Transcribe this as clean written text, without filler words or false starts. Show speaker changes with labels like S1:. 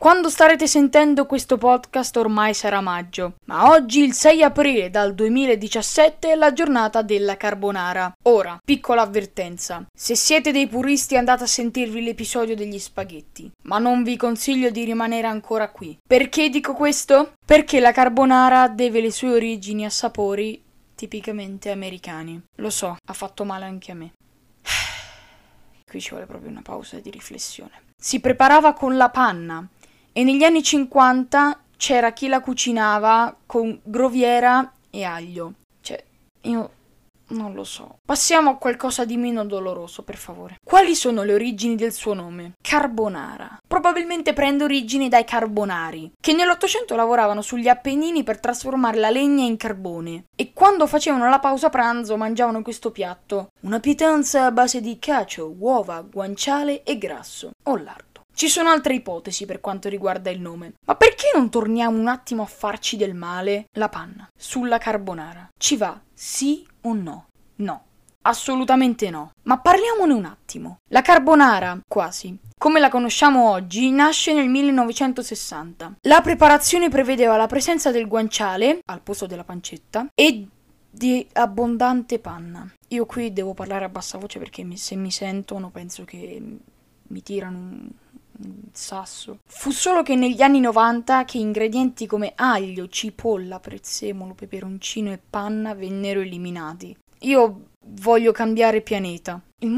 S1: Quando starete sentendo questo podcast ormai sarà maggio, ma oggi il 6 aprile dal 2017 è la giornata della carbonara. Ora, piccola avvertenza, se siete dei puristi andate a sentirvi l'episodio degli spaghetti, ma non vi consiglio di rimanere ancora qui. Perché dico questo? Perché la carbonara deve le sue origini a sapori tipicamente americani. Lo so, ha fatto male anche a me. Qui ci vuole proprio una pausa di riflessione. Si preparava con la panna e negli anni 50 c'era chi la cucinava con groviera e aglio. Cioè, io non lo so. Passiamo a qualcosa di meno doloroso, per favore. Quali sono le origini del suo nome? Carbonara. Probabilmente prende origine dai carbonari, che nell'Ottocento lavoravano sugli Appennini per trasformare la legna in carbone. E quando facevano la pausa pranzo mangiavano questo piatto. Una pietanza a base di cacio, uova, guanciale e grasso, o lardo. Ci sono altre ipotesi per quanto riguarda il nome. Ma perché non torniamo un attimo a farci del male? La panna sulla carbonara. Ci va, sì o no? No. Assolutamente no. Ma parliamone un attimo. La carbonara, quasi, come la conosciamo oggi, nasce nel 1960. La preparazione prevedeva la presenza del guanciale, al posto della pancetta, e di abbondante panna. Io qui devo parlare a bassa voce perché se mi sentono penso che mi tirano un sasso. Fu solo che negli anni 90 che ingredienti come aglio, cipolla, prezzemolo, peperoncino e panna vennero eliminati. Io voglio cambiare pianeta. Il